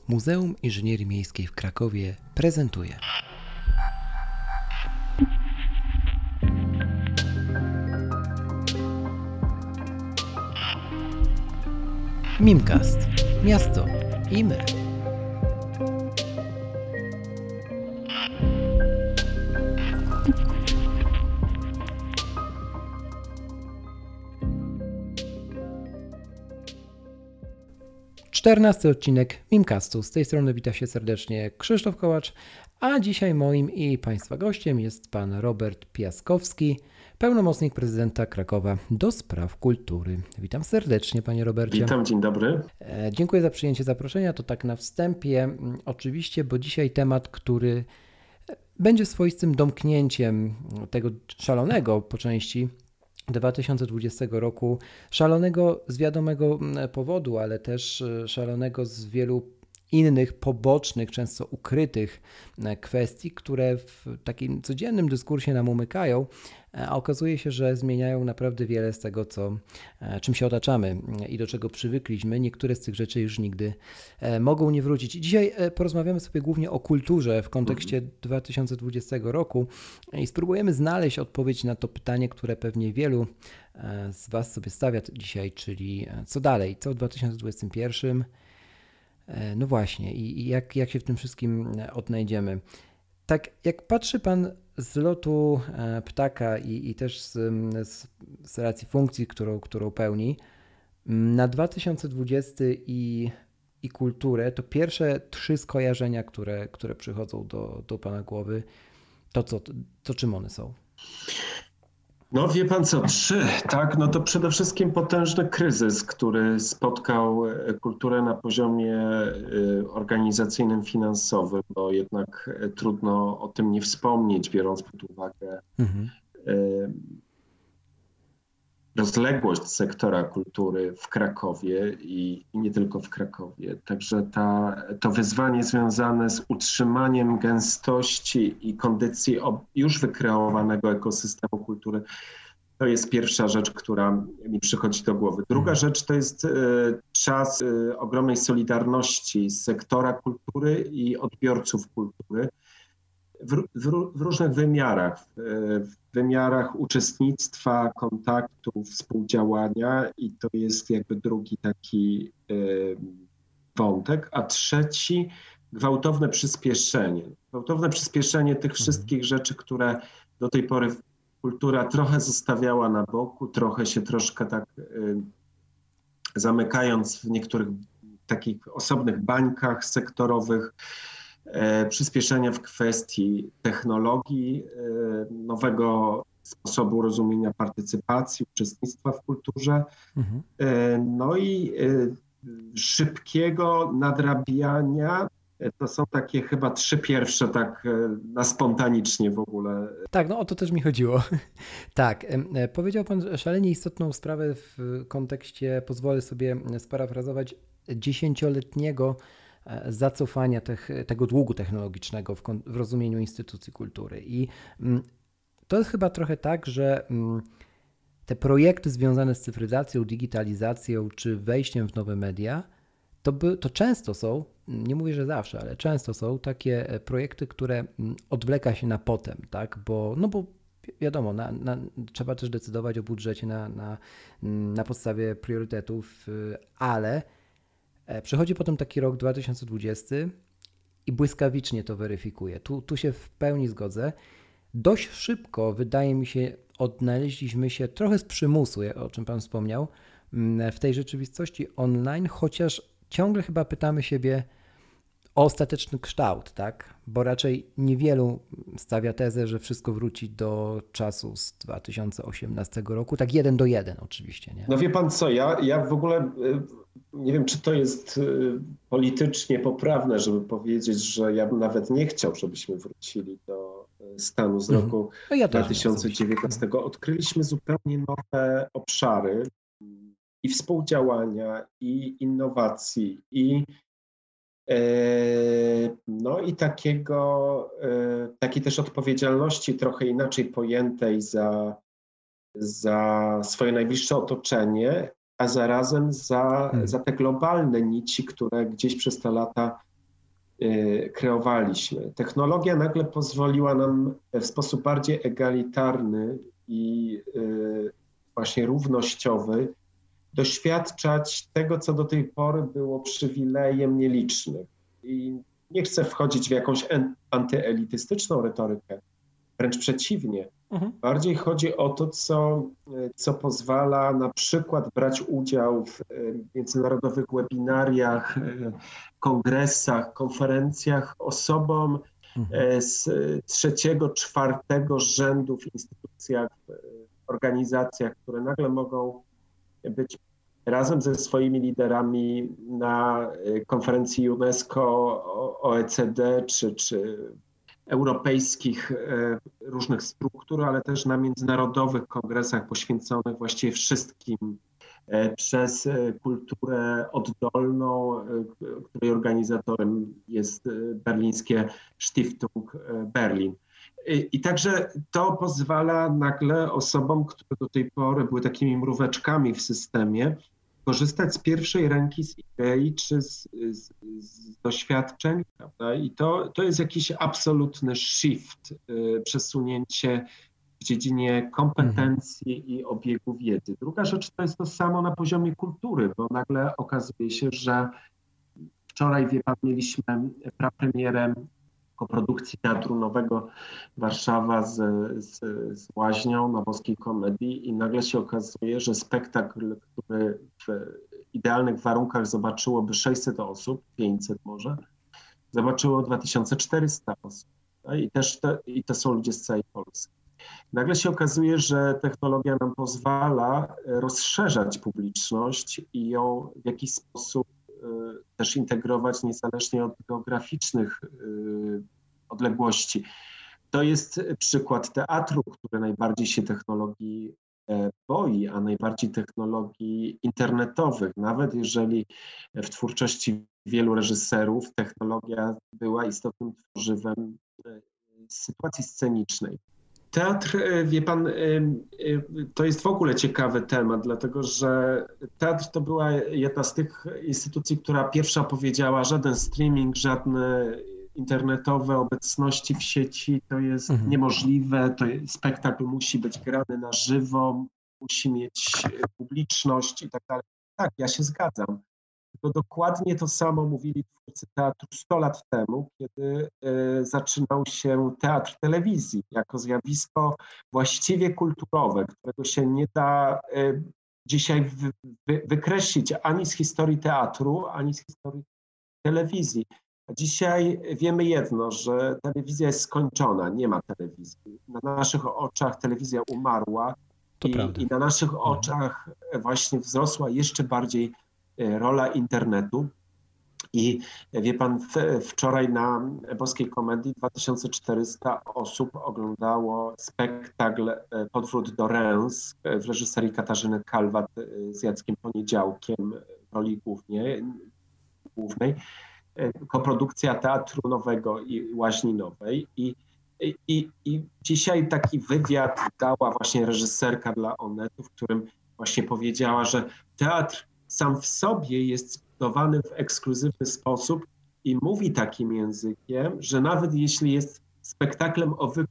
Muzeum Inżynierii Miejskiej w Krakowie prezentuje Mimcast. Miasto i my. Czternasty odcinek Mimcastu. Z tej strony wita się serdecznie Krzysztof Kołacz, a dzisiaj moim i Państwa gościem jest pan Robert Piaskowski, pełnomocnik prezydenta Krakowa do spraw kultury. Witam serdecznie, panie Robercie. Witam, dzień dobry. Dziękuję za przyjęcie zaproszenia. To tak na wstępie oczywiście, bo dzisiaj temat, który będzie swoistym domknięciem tego szalonego po części 2020 roku, szalonego z wiadomego powodu, ale też szalonego z wielu innych pobocznych, często ukrytych kwestii, które w takim codziennym dyskursie nam umykają, a okazuje się, że zmieniają naprawdę wiele z tego, czym się otaczamy i do czego przywykliśmy. Niektóre z tych rzeczy już nigdy mogą nie wrócić. Dzisiaj porozmawiamy sobie głównie o kulturze w kontekście 2020 roku i spróbujemy znaleźć odpowiedź na to pytanie, które pewnie wielu z Was sobie stawia dzisiaj, czyli co dalej, co w 2021. No właśnie, i jak się w tym wszystkim odnajdziemy. Tak, jak patrzy Pan z lotu ptaka i też z racji funkcji, którą pełni, na 2020 i kulturę, to pierwsze trzy skojarzenia, które przychodzą do Pana głowy, to czym one są? No wie pan co, tak? No to przede wszystkim potężny kryzys, który spotkał kulturę na poziomie organizacyjnym, finansowym, bo jednak trudno o tym nie wspomnieć, biorąc pod uwagę rozległość sektora kultury w Krakowie i nie tylko w Krakowie. Także to wyzwanie związane z utrzymaniem gęstości i kondycji już wykreowanego ekosystemu kultury, to jest pierwsza rzecz, która mi przychodzi do głowy. Druga rzecz to jest czas ogromnej solidarności sektora kultury i odbiorców kultury w różnych wymiarach. W wymiarach uczestnictwa, kontaktu, współdziałania i to jest jakby drugi taki wątek, a trzeci gwałtowne przyspieszenie. Gwałtowne przyspieszenie tych wszystkich rzeczy, które do tej pory kultura trochę zostawiała na boku, troszkę tak zamykając w niektórych takich osobnych bańkach sektorowych, przyspieszenia w kwestii technologii, nowego sposobu rozumienia partycypacji, uczestnictwa w kulturze, no i szybkiego nadrabiania. To są takie chyba trzy pierwsze, tak na spontanicznie w ogóle. Tak, no o to też mi chodziło. Tak, powiedział pan szalenie istotną sprawę w kontekście, pozwolę sobie sparafrazować, 10-letniego zacofania tego długu technologicznego w rozumieniu instytucji kultury. I to jest chyba trochę tak, że te projekty związane z cyfryzacją, digitalizacją czy wejściem w nowe media, to często są, nie mówię, że zawsze, ale często są takie projekty, które odwleka się na potem, tak? Bo wiadomo, trzeba też decydować o budżecie na podstawie priorytetów, ale przychodzi potem taki rok 2020 i błyskawicznie to weryfikuje. Tu się w pełni zgodzę. Dość szybko, wydaje mi się, odnaleźliśmy się trochę z przymusu, o czym pan wspomniał, w tej rzeczywistości online, chociaż ciągle chyba pytamy siebie o ostateczny kształt, tak? Bo raczej niewielu stawia tezę, że wszystko wróci do czasu z 2018 roku, tak 1:1 oczywiście, nie? No wie pan co, ja w ogóle nie wiem, czy to jest politycznie poprawne, żeby powiedzieć, że ja bym nawet nie chciał, żebyśmy wrócili do stanu z roku 2019. Odkryliśmy zupełnie nowe obszary i współdziałania, i innowacji, no i takiej też odpowiedzialności trochę inaczej pojętej za swoje najbliższe otoczenie, a zarazem za te globalne nici, które gdzieś przez te lata kreowaliśmy. Technologia nagle pozwoliła nam w sposób bardziej egalitarny i właśnie równościowy doświadczać tego, co do tej pory było przywilejem nielicznych. I nie chcę wchodzić w jakąś antyelitystyczną retorykę, wręcz przeciwnie. Bardziej chodzi o to, co pozwala na przykład brać udział w międzynarodowych webinariach, kongresach, konferencjach osobom z trzeciego, czwartego rzędu w instytucjach, organizacjach, które nagle mogą być razem ze swoimi liderami na konferencji UNESCO, OECD czy europejskich różnych struktur, ale też na międzynarodowych kongresach poświęconych właściwie wszystkim przez kulturę oddolną, której organizatorem jest berlińskie Stiftung Berlin. I także to pozwala nagle osobom, które do tej pory były takimi mróweczkami w systemie, korzystać z pierwszej ręki z idei czy z doświadczeń, prawda? I to jest jakiś absolutny shift, przesunięcie w dziedzinie kompetencji i obiegu wiedzy. Druga rzecz to jest to samo na poziomie kultury, bo nagle okazuje się, że wczoraj, wie pan, mieliśmy prapremierę koprodukcji Teatru Nowego Warszawa z Łaźnią na Boskiej Komedii i nagle się okazuje, że spektakl, który w idealnych warunkach zobaczyłoby 600 osób, 500 może, zobaczyło 2400 osób. I to są ludzie z całej Polski. Nagle się okazuje, że technologia nam pozwala rozszerzać publiczność i ją w jakiś sposób też integrować niezależnie od geograficznych odległości. To jest przykład teatru, który najbardziej się technologii boi, a najbardziej technologii internetowych. Nawet jeżeli w twórczości wielu reżyserów technologia była istotnym tworzywem sytuacji scenicznej. Teatr, wie pan, to jest w ogóle ciekawy temat, dlatego że teatr to była jedna z tych instytucji, która pierwsza powiedziała, żaden streaming, żadne internetowe obecności w sieci to jest niemożliwe, spektakl musi być grany na żywo, musi mieć publiczność i tak dalej. Tak, ja się zgadzam. To dokładnie to samo mówili twórcy teatru 100 lat temu, kiedy zaczynał się teatr telewizji jako zjawisko właściwie kulturowe, którego się nie da dzisiaj wykreślić ani z historii teatru, ani z historii telewizji. A dzisiaj wiemy jedno, że telewizja jest skończona, nie ma telewizji. Na naszych oczach telewizja umarła i na naszych oczach właśnie wzrosła jeszcze bardziej rola internetu. I wie pan, wczoraj na Boskiej Komedii 2400 osób oglądało spektakl Podwrót do Reims w reżyserii Katarzyny Kalwat z Jackiem Poniedziałkiem w roli głównej. Koprodukcja Teatru Nowego i Łaźni Nowej. I dzisiaj taki wywiad dała właśnie reżyserka dla Onetu, w którym właśnie powiedziała, że teatr sam w sobie jest zbudowany w ekskluzywny sposób i mówi takim językiem, że nawet jeśli jest spektaklem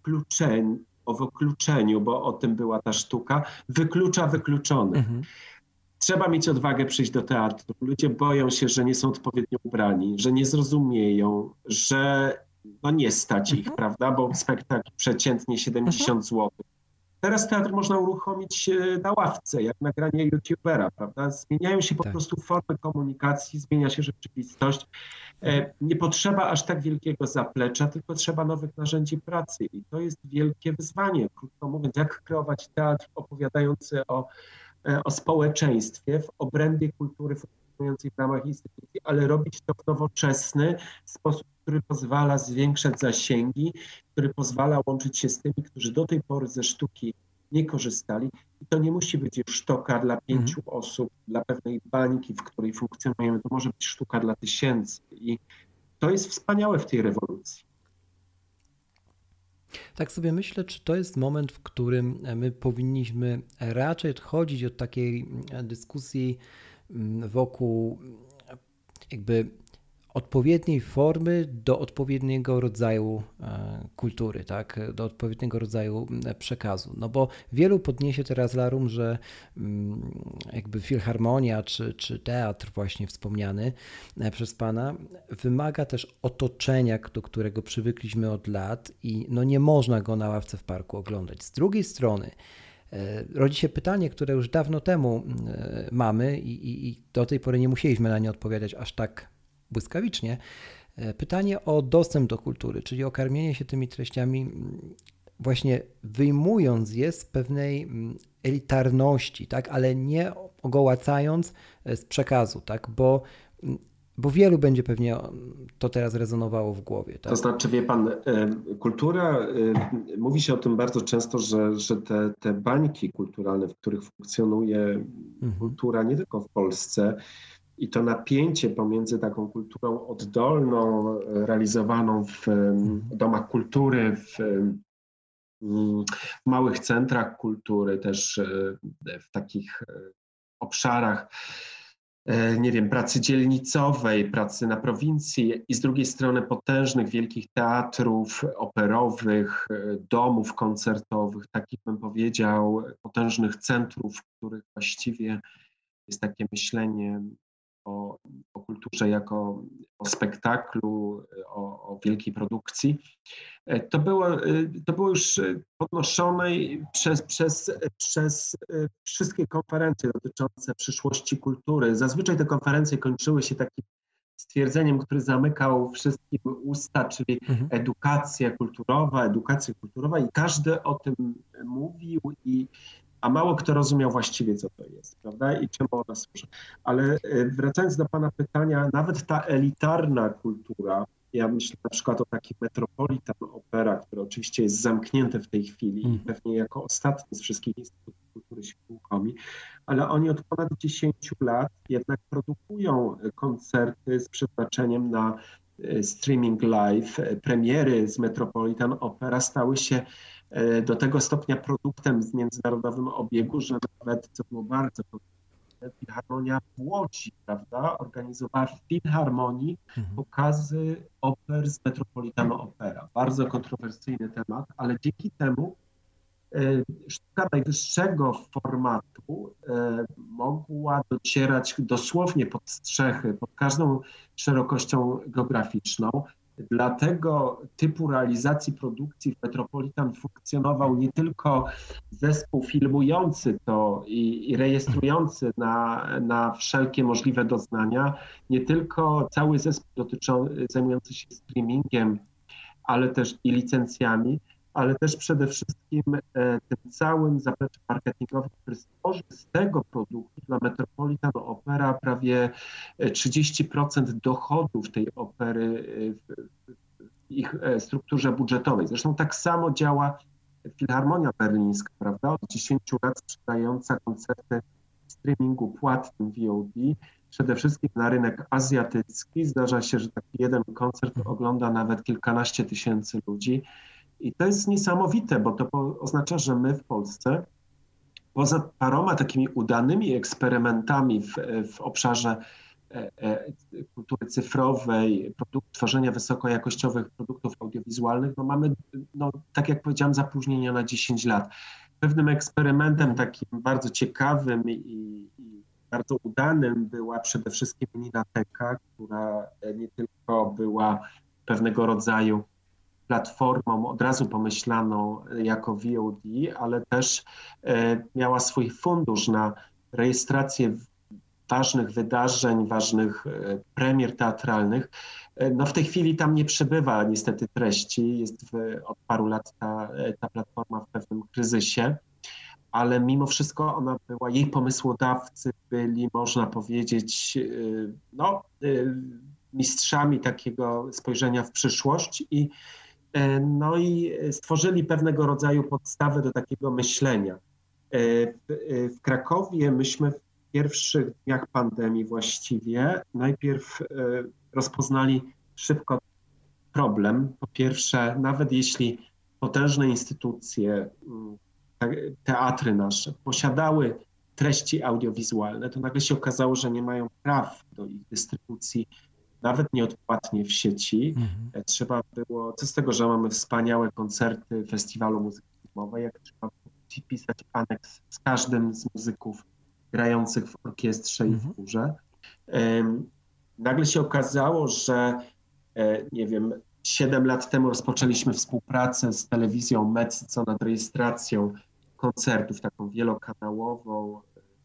o wykluczeniu, bo o tym była ta sztuka, wyklucza wykluczonych. Trzeba mieć odwagę przyjść do teatru. Ludzie boją się, że nie są odpowiednio ubrani, że nie zrozumieją, że nie stać ich, prawda, bo spektakl przeciętnie 70 zł. Teraz teatr można uruchomić na ławce, jak nagranie youtubera, prawda? Zmieniają się po prostu formy komunikacji, zmienia się rzeczywistość. Nie potrzeba aż tak wielkiego zaplecza, tylko trzeba nowych narzędzi pracy i to jest wielkie wyzwanie. Krótko mówiąc, jak kreować teatr opowiadający o społeczeństwie w obrębie kultury funkcjonującej w ramach instytucji, ale robić to w nowoczesny sposób, który pozwala zwiększać zasięgi, który pozwala łączyć się z tymi, którzy do tej pory ze sztuki nie korzystali. I to nie musi być już sztuka dla 5 osób, dla pewnej bańki, w której funkcjonujemy. To może być sztuka dla tysięcy. I to jest wspaniałe w tej rewolucji. Tak sobie myślę, czy to jest moment, w którym my powinniśmy raczej odchodzić od takiej dyskusji wokół jakby odpowiedniej formy do odpowiedniego rodzaju kultury, tak? Do odpowiedniego rodzaju przekazu. No bo wielu podniesie teraz larum, że jakby filharmonia czy teatr właśnie wspomniany przez Pana wymaga też otoczenia, do którego przywykliśmy od lat i no nie można go na ławce w parku oglądać. Z drugiej strony rodzi się pytanie, które już dawno temu mamy i do tej pory nie musieliśmy na nie odpowiadać aż tak błyskawicznie. Pytanie o dostęp do kultury, czyli o karmienie się tymi treściami, właśnie wyjmując je z pewnej elitarności, tak, ale nie ogołacając z przekazu, tak, bo wielu będzie pewnie to teraz rezonowało w głowie. Tak? To znaczy, wie pan, kultura, mówi się o tym bardzo często, że te bańki kulturalne, w których funkcjonuje kultura nie tylko w Polsce, i to napięcie pomiędzy taką kulturą oddolną, realizowaną w domach kultury, w małych centrach kultury, też w takich obszarach, nie wiem, pracy dzielnicowej, pracy na prowincji i z drugiej strony potężnych, wielkich teatrów operowych, domów koncertowych, takich bym powiedział, potężnych centrów, w których właściwie jest takie myślenie o kulturze jako o spektaklu, o wielkiej produkcji. To było już podnoszone przez wszystkie konferencje dotyczące przyszłości kultury. Zazwyczaj te konferencje kończyły się takim stwierdzeniem, który zamykał wszystkim usta, czyli edukacja kulturowa i każdy o tym mówił, a mało kto rozumiał właściwie, co to jest, prawda, i czemu ona służy. Ale wracając do pana pytania, nawet ta elitarna kultura, ja myślę na przykład o takim Metropolitan Opera, które oczywiście jest zamknięte w tej chwili i pewnie jako ostatni z wszystkich instytutów kultury się uruchomi, ale oni od ponad 10 lat jednak produkują koncerty z przeznaczeniem na streaming live. Premiery z Metropolitan Opera stały się do tego stopnia produktem w międzynarodowym obiegu, że nawet, co było bardzo Filharmonia w Łodzi, prawda, organizowała w Filharmonii pokazy oper z Metropolitan Opera. Bardzo kontrowersyjny temat, ale dzięki temu sztuka najwyższego formatu mogła docierać dosłownie pod strzechy, pod każdą szerokością geograficzną. Dla tego typu realizacji produkcji w Metropolitan funkcjonował nie tylko zespół filmujący to i rejestrujący na wszelkie możliwe doznania, nie tylko cały zespół zajmujący się streamingiem, ale też i licencjami, ale też przede wszystkim tym całym zapleczem marketingowym, który stworzył z tego produktu dla Metropolitan Opera prawie 30% dochodów tej opery w ich strukturze budżetowej. Zresztą tak samo działa Filharmonia Berlińska, prawda? Od 10 lat sprzedająca koncerty w streamingu płatnym VOD, przede wszystkim na rynek azjatycki. Zdarza się, że taki jeden koncert ogląda nawet kilkanaście tysięcy ludzi. I to jest niesamowite, bo to oznacza, że my w Polsce, poza paroma takimi udanymi eksperymentami w obszarze kultury cyfrowej, tworzenia wysokojakościowych produktów audiowizualnych, no mamy, no, tak jak powiedziałam, zapóźnienia na 10 lat. Pewnym eksperymentem takim bardzo ciekawym i bardzo udanym była przede wszystkim Ninateka, która nie tylko była pewnego rodzaju platformą od razu pomyślaną jako VOD, ale też miała swój fundusz na rejestrację ważnych wydarzeń, ważnych premier teatralnych. No w tej chwili tam nie przebywa niestety treści, jest od paru lat ta platforma w pewnym kryzysie, ale mimo wszystko ona była, jej pomysłodawcy byli, można powiedzieć, no, mistrzami takiego spojrzenia w przyszłość no i stworzyli pewnego rodzaju podstawę do takiego myślenia. W Krakowie myśmy w pierwszych dniach pandemii właściwie najpierw rozpoznali szybko problem. Po pierwsze, nawet jeśli potężne instytucje, teatry nasze posiadały treści audiowizualne, to nagle się okazało, że nie mają praw do ich dystrybucji nawet nieodpłatnie w sieci. Mhm. Trzeba było, co z tego, że mamy wspaniałe koncerty Festiwalu Muzyki Filmowej, jak trzeba pisać aneks z każdym z muzyków grających w orkiestrze i w Mhm. chórze. Nagle się okazało, że nie wiem, 7 lat temu rozpoczęliśmy współpracę z telewizją Metzo nad rejestracją koncertów, taką wielokanałową,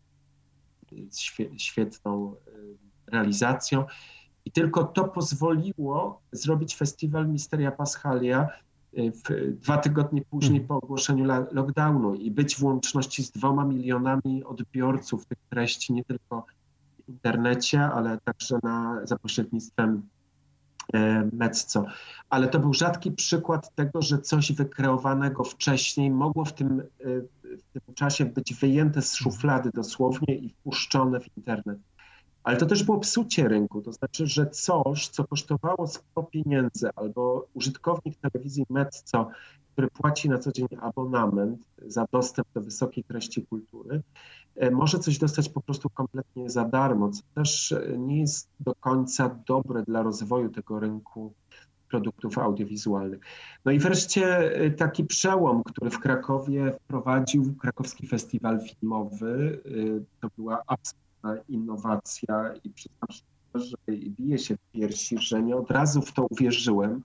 świetną realizacją. I tylko to pozwoliło zrobić festiwal Misteria Paschalia 2 tygodnie później po ogłoszeniu lockdownu i być w łączności z 2 milionami odbiorców tych treści, nie tylko w internecie, ale także za pośrednictwem Metzo. Ale to był rzadki przykład tego, że coś wykreowanego wcześniej mogło w tym czasie być wyjęte z szuflady dosłownie i wpuszczone w internet. Ale to też było psucie rynku, to znaczy, że coś, co kosztowało sporo pieniędzy, albo użytkownik telewizji Metzo, który płaci na co dzień abonament za dostęp do wysokiej treści kultury, może coś dostać po prostu kompletnie za darmo, co też nie jest do końca dobre dla rozwoju tego rynku produktów audiowizualnych. No i wreszcie taki przełom, który w Krakowie wprowadził Krakowski Festiwal Filmowy. To była absolutna innowacja i przyznam się, że bije się w piersi, że nie od razu w to uwierzyłem.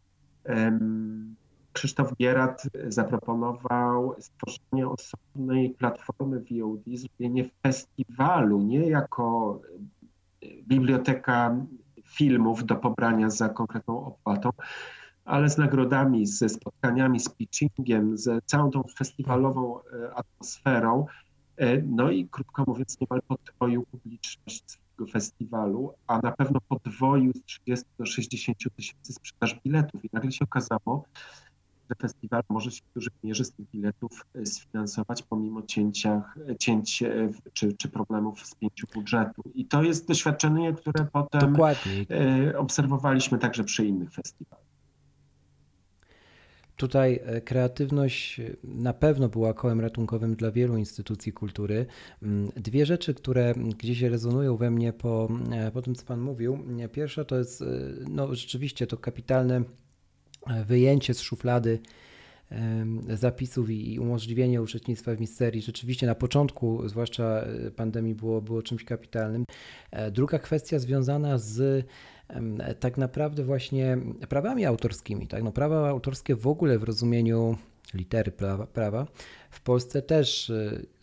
Krzysztof Bierat zaproponował stworzenie osobnej platformy VOD, zrobienie festiwalu, nie jako biblioteka filmów do pobrania za konkretną opłatą, ale z nagrodami, ze spotkaniami, z pitchingiem, z całą tą festiwalową atmosferą. No i krótko mówiąc, niemal podwoił publiczność swojego festiwalu, a na pewno podwoił z 30 do 60 tysięcy sprzedaż biletów. I nagle się okazało, że festiwal może się w dużej mierze z tych biletów sfinansować pomimo cięć czy problemów w spięciu budżetu. I to jest doświadczenie, które potem Dokładnie. obserwowaliśmy także przy innych festiwalach. Tutaj kreatywność na pewno była kołem ratunkowym dla wielu instytucji kultury. Dwie rzeczy, które gdzieś rezonują we mnie po tym, co Pan mówił. Pierwsza to jest no, rzeczywiście to kapitalne wyjęcie z szuflady zapisów i umożliwienie uczestnictwa w misterii. Rzeczywiście na początku, zwłaszcza pandemii, było czymś kapitalnym. Druga kwestia związana z tak naprawdę właśnie prawami autorskimi. Tak? No, prawa autorskie w ogóle w rozumieniu litery prawa w Polsce też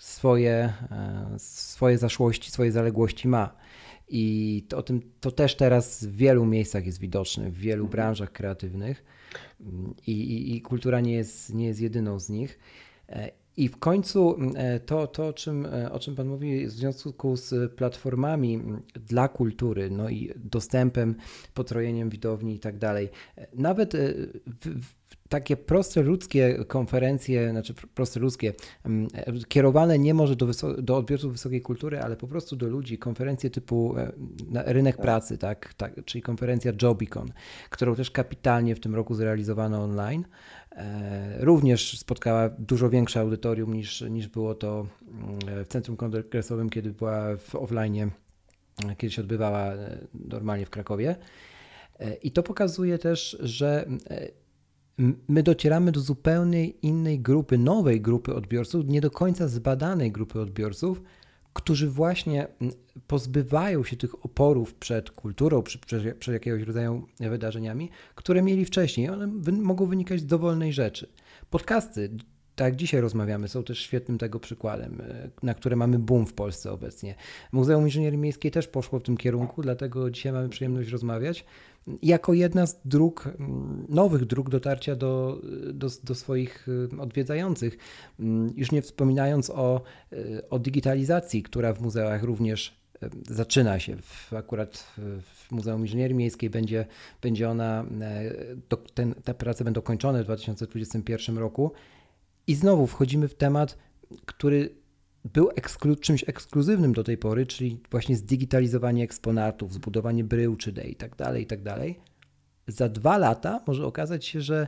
swoje zaszłości, swoje zaległości ma. I to też teraz w wielu miejscach jest widoczne, w wielu branżach kreatywnych i kultura nie jest jedyną z nich. I w końcu to o czym Pan mówi w związku z platformami dla kultury, no i dostępem, potrojeniem widowni i tak dalej. Nawet takie proste ludzkie konferencje, znaczy proste ludzkie, kierowane nie może do odbiorców wysokiej kultury, ale po prostu do ludzi, konferencje typu rynek pracy, tak, czyli konferencja Jobicon, którą też kapitalnie w tym roku zrealizowano online. Również spotkała dużo większe audytorium niż było to w Centrum Kongresowym, kiedy była w offline, kiedy się odbywała normalnie w Krakowie. I to pokazuje też, że my docieramy do zupełnie innej grupy, nowej grupy odbiorców, nie do końca zbadanej grupy odbiorców, którzy właśnie pozbywają się tych oporów przed kulturą, przed jakiegoś rodzaju wydarzeniami, które mieli wcześniej. One mogą wynikać z dowolnej rzeczy. Podcasty, tak jak dzisiaj rozmawiamy, są też świetnym tego przykładem, na które mamy boom w Polsce obecnie. Muzeum Inżynierii Miejskiej też poszło w tym kierunku, dlatego dzisiaj mamy przyjemność rozmawiać. Jako jedna z nowych dróg dotarcia do swoich odwiedzających. Już nie wspominając o digitalizacji, która w muzeach również zaczyna się. Akurat w Muzeum Inżynierii Miejskiej będzie ona, te prace będą kończone w 2021 roku. I znowu wchodzimy w temat, który był czymś ekskluzywnym do tej pory, czyli właśnie zdigitalizowanie eksponatów, zbudowanie brył 3D i tak dalej, i tak dalej. Za 2 lata może okazać się, że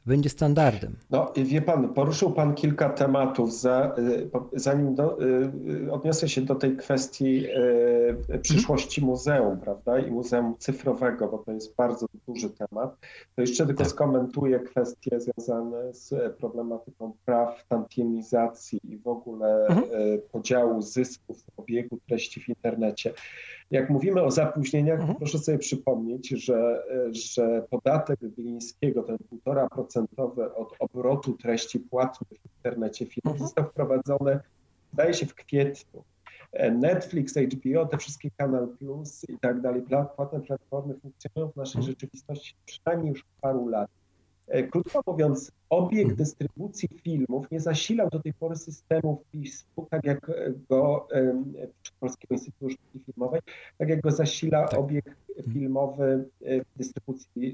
będzie standardem. No wie pan, poruszył pan kilka tematów. Zanim odniosę się do tej kwestii przyszłości muzeum, prawda, i muzeum cyfrowego, bo to jest bardzo duży temat, to jeszcze tylko skomentuję kwestie związane z problematyką praw, tantiemizacji i w ogóle podziału zysków z obiegu treści w internecie. Jak mówimy o zapóźnieniach, to proszę sobie przypomnieć, że podatek Glińskiego, ten 1,5% od obrotu treści płatnych w internecie filmów został wprowadzony, zdaje się, w kwietniu. Netflix, HBO, te wszystkie Kanal Plus i tak dalej, płatne platformy funkcjonują w naszej rzeczywistości przynajmniej już paru lat. Krótko mówiąc, obieg dystrybucji filmów nie zasilał do tej pory systemów PISP-u, tak jak go Polskiego Instytutu Sztuki Filmowej, tak jak go zasila obieg filmowy dystrybucji.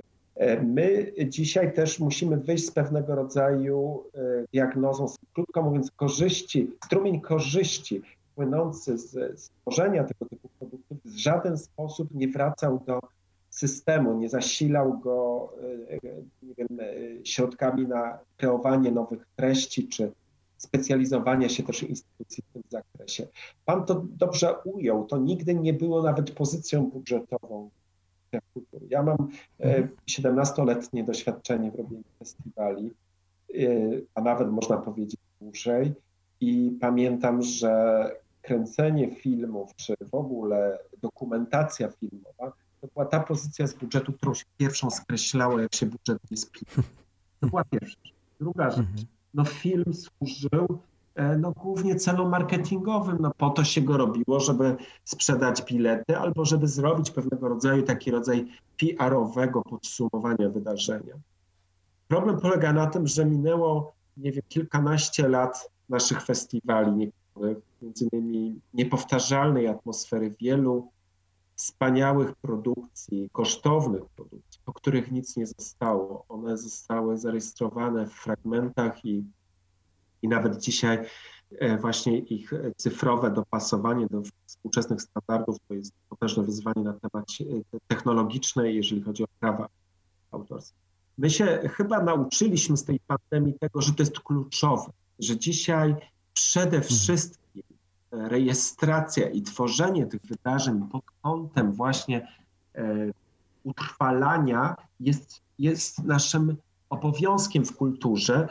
My dzisiaj też musimy wyjść z pewnego rodzaju diagnozą, krótko mówiąc, strumień korzyści płynący z stworzenia tego typu produktów w żaden sposób nie wracał do systemu, nie zasilał go, nie wiem, środkami na kreowanie nowych treści, czy specjalizowanie się też instytucji w tym zakresie. Pan to dobrze ujął, to nigdy nie było nawet pozycją budżetową kultury. Ja mam 17-letnie doświadczenie w robieniu festiwali, a nawet można powiedzieć dłużej, i pamiętam, że kręcenie filmów, czy w ogóle dokumentacja filmowa, to była ta pozycja z budżetu, którą się pierwszą skreślało, jak się budżet nie spisał. To była pierwsza rzecz. Druga rzecz, no film służył głównie celom marketingowym. No po to się go robiło, żeby sprzedać bilety albo żeby zrobić pewnego rodzaju taki rodzaj PR-owego podsumowania wydarzenia. Problem polega na tym, że minęło, nie wiem, kilkanaście lat naszych festiwali niektórych, między innymi niepowtarzalnej atmosfery, wielu wspaniałych produkcji, kosztownych produkcji, po których nic nie zostało. One zostały zarejestrowane w fragmentach i nawet dzisiaj właśnie ich cyfrowe dopasowanie do współczesnych standardów to jest potężne wyzwanie na temat technologicznej, jeżeli chodzi o prawa autorskie. My się chyba nauczyliśmy z tej pandemii tego, że to jest kluczowe, że dzisiaj przede wszystkim rejestracja i tworzenie tych wydarzeń pod kątem właśnie utrwalania jest naszym obowiązkiem w kulturze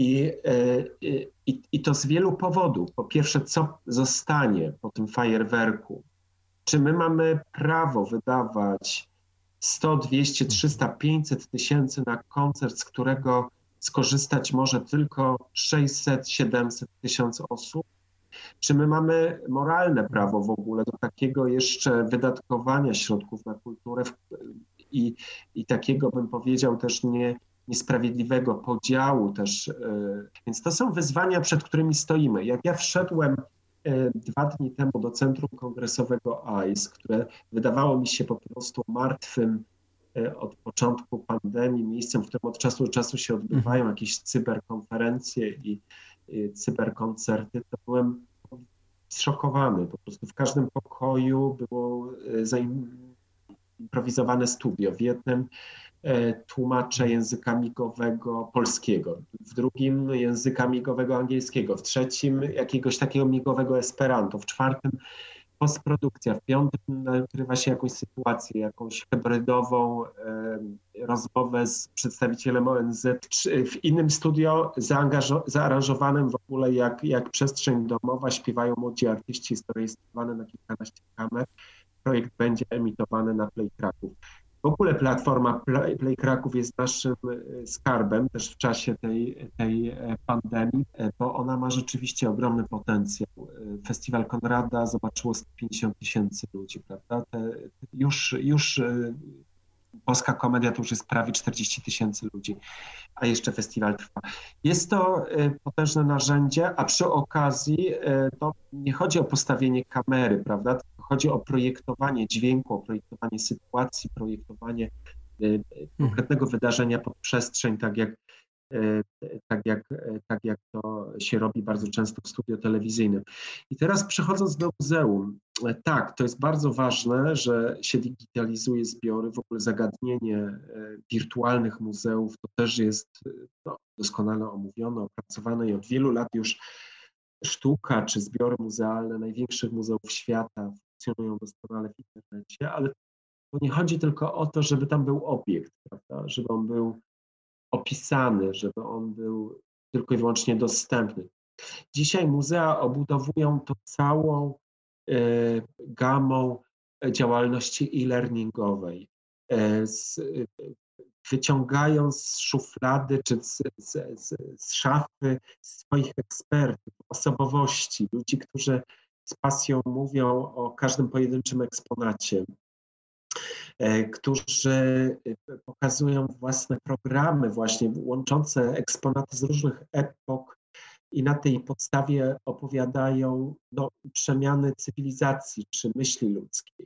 i to z wielu powodów. Po pierwsze, co zostanie po tym fajerwerku? Czy my mamy prawo wydawać 100, 200, 300, 500 tysięcy na koncert, z którego skorzystać może tylko 600, 700 tysięcy osób? Czy my mamy moralne prawo w ogóle do takiego jeszcze wydatkowania środków na kulturę i takiego, bym powiedział, też niesprawiedliwego podziału też. Więc to są wyzwania, przed którymi stoimy. Jak ja wszedłem 2 dni temu do Centrum Kongresowego AIS, które wydawało mi się po prostu martwym od początku pandemii, miejscem, w którym od czasu do czasu się odbywają jakieś cyberkonferencje i cyberkoncerty, to byłem zszokowany. Po prostu w każdym pokoju było zaimprowizowane studio. W jednym tłumacze języka migowego polskiego, w drugim języka migowego angielskiego, w trzecim jakiegoś takiego migowego esperanto, w czwartym postprodukcja, w piątym nagrywa się jakąś sytuację, jakąś hybrydową rozmowę z przedstawicielem ONZ, w innym studio zaaranżowanym w ogóle jak przestrzeń domowa, śpiewają młodzi artyści, jest to rejestrowane na kilkanaście kamer. Projekt będzie emitowany na Play Kraków. W ogóle platforma Play Kraków jest naszym skarbem też w czasie tej pandemii, bo ona ma rzeczywiście ogromny potencjał. Festiwal Konrada zobaczyło 150 tysięcy ludzi, prawda? Już Polska Komedia to już jest prawie 40 tysięcy ludzi, a jeszcze festiwal trwa. Jest to potężne narzędzie, a przy okazji to nie chodzi o postawienie kamery, prawda? Tylko chodzi o projektowanie dźwięku, o projektowanie sytuacji, projektowanie konkretnego wydarzenia pod przestrzeń, tak jak tak jak to się robi bardzo często w studio telewizyjnym. I teraz przechodząc do muzeum, tak, to jest bardzo ważne, że się digitalizuje zbiory. W ogóle zagadnienie wirtualnych muzeów to też jest no, doskonale omówione, opracowane i od wielu lat już sztuka czy zbiory muzealne największych muzeów świata funkcjonują doskonale w internecie, ale to nie chodzi tylko o to, żeby tam był obiekt, prawda? Żeby on był opisany, żeby on był tylko i wyłącznie dostępny. Dzisiaj muzea obudowują to całą gamą działalności e-learningowej. Wyciągają z szuflady czy z szafy swoich ekspertów, osobowości, ludzi, którzy z pasją mówią o każdym pojedynczym eksponacie, którzy pokazują własne programy właśnie łączące eksponaty z różnych epok i na tej podstawie opowiadają przemiany cywilizacji czy myśli ludzkiej.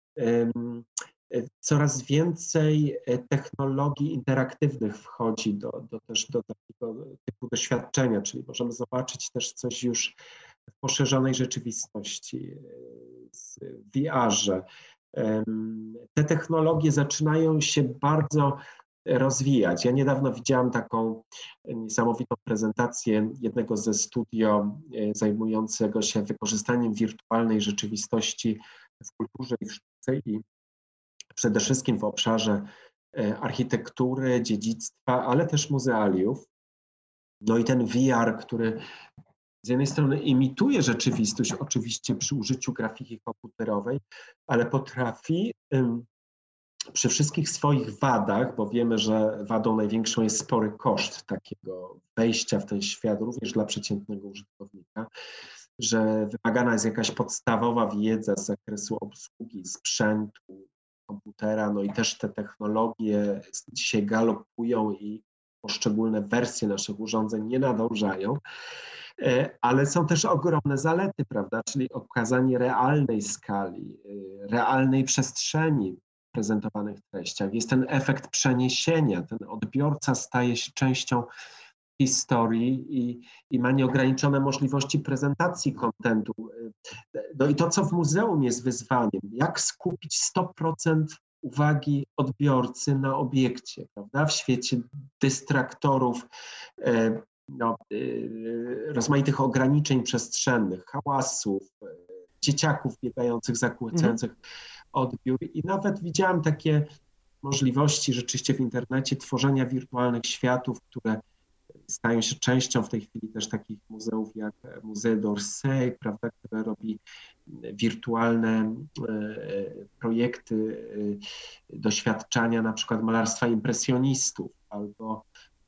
Coraz więcej technologii interaktywnych wchodzi też do takiego typu doświadczenia, czyli możemy zobaczyć też coś już w poszerzonej rzeczywistości, w VR-ze. Te technologie zaczynają się bardzo rozwijać. Ja niedawno widziałam taką niesamowitą prezentację jednego ze studio zajmującego się wykorzystaniem wirtualnej rzeczywistości w kulturze i w sztuce i przede wszystkim w obszarze architektury, dziedzictwa, ale też muzealiów. No i ten VR, który z jednej strony imituje rzeczywistość, oczywiście przy użyciu grafiki komputerowej, ale potrafi przy wszystkich swoich wadach, bo wiemy, że wadą największą jest spory koszt takiego wejścia w ten świat, również dla przeciętnego użytkownika, że wymagana jest jakaś podstawowa wiedza z zakresu obsługi sprzętu, komputera, no i też te technologie dzisiaj galopują i poszczególne wersje naszych urządzeń nie nadążają, ale są też ogromne zalety, prawda, czyli okazanie realnej skali, realnej przestrzeni w prezentowanych treściach. Jest ten efekt przeniesienia, ten odbiorca staje się częścią historii i ma nieograniczone możliwości prezentacji kontentu. No i to, co w muzeum jest wyzwaniem, jak skupić 100% uwagi odbiorcy na obiekcie, prawda? W świecie dystraktorów, rozmaitych ograniczeń przestrzennych, hałasów, dzieciaków biegających, zakłócających odbiór. I nawet widziałam takie możliwości rzeczywiście w internecie tworzenia wirtualnych światów, które stają się częścią w tej chwili też takich muzeów jak Musée d'Orsay, prawda, które robi wirtualne projekty doświadczania na przykład malarstwa impresjonistów albo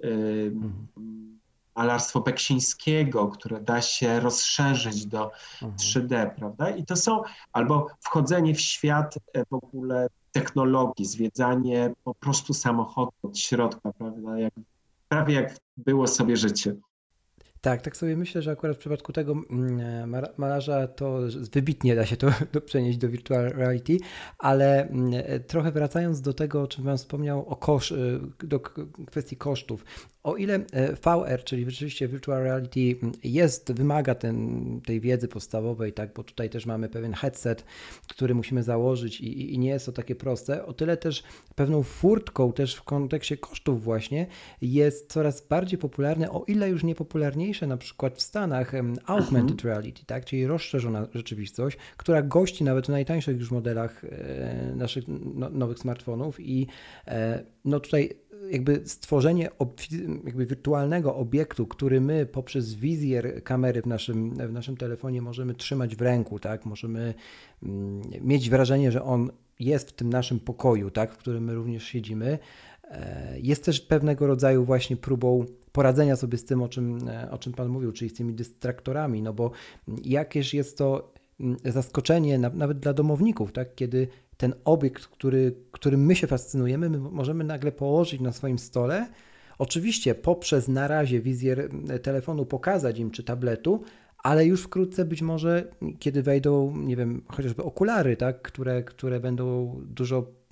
malarstwo Beksińskiego, które da się rozszerzyć do 3D, prawda? I to są, albo wchodzenie w świat w ogóle technologii, zwiedzanie po prostu samochodu od środka, prawda? Prawie jak było sobie życie. Tak sobie myślę, że akurat w przypadku tego malarza to wybitnie da się to przenieść do virtual reality, ale trochę wracając do tego, o czym Pan wspomniał, do kwestii kosztów. O ile VR, czyli rzeczywiście virtual reality wymaga tej wiedzy podstawowej, tak, bo tutaj też mamy pewien headset, który musimy założyć i nie jest to takie proste, o tyle też pewną furtką też w kontekście kosztów właśnie jest coraz bardziej popularne, o ile już nie popularniejsze na przykład w Stanach augmented reality, tak, czyli rozszerzona rzeczywistość, która gości nawet w najtańszych już modelach naszych nowych smartfonów i no tutaj jakby stworzenie jakby wirtualnego obiektu, który my poprzez wizjer kamery w naszym telefonie możemy trzymać w ręku, tak? Możemy mieć wrażenie, że on jest w tym naszym pokoju, tak? W którym my również siedzimy. Jest też pewnego rodzaju właśnie próbą poradzenia sobie z tym, o czym Pan mówił, czyli z tymi dystraktorami, no bo jakież jest to zaskoczenie nawet dla domowników, tak? Kiedy ten obiekt, którym my się fascynujemy, my możemy nagle położyć na swoim stole, oczywiście poprzez na razie wizjer telefonu pokazać im czy tabletu, ale już wkrótce być może, kiedy wejdą, nie wiem, chociażby okulary, tak, które będą dużo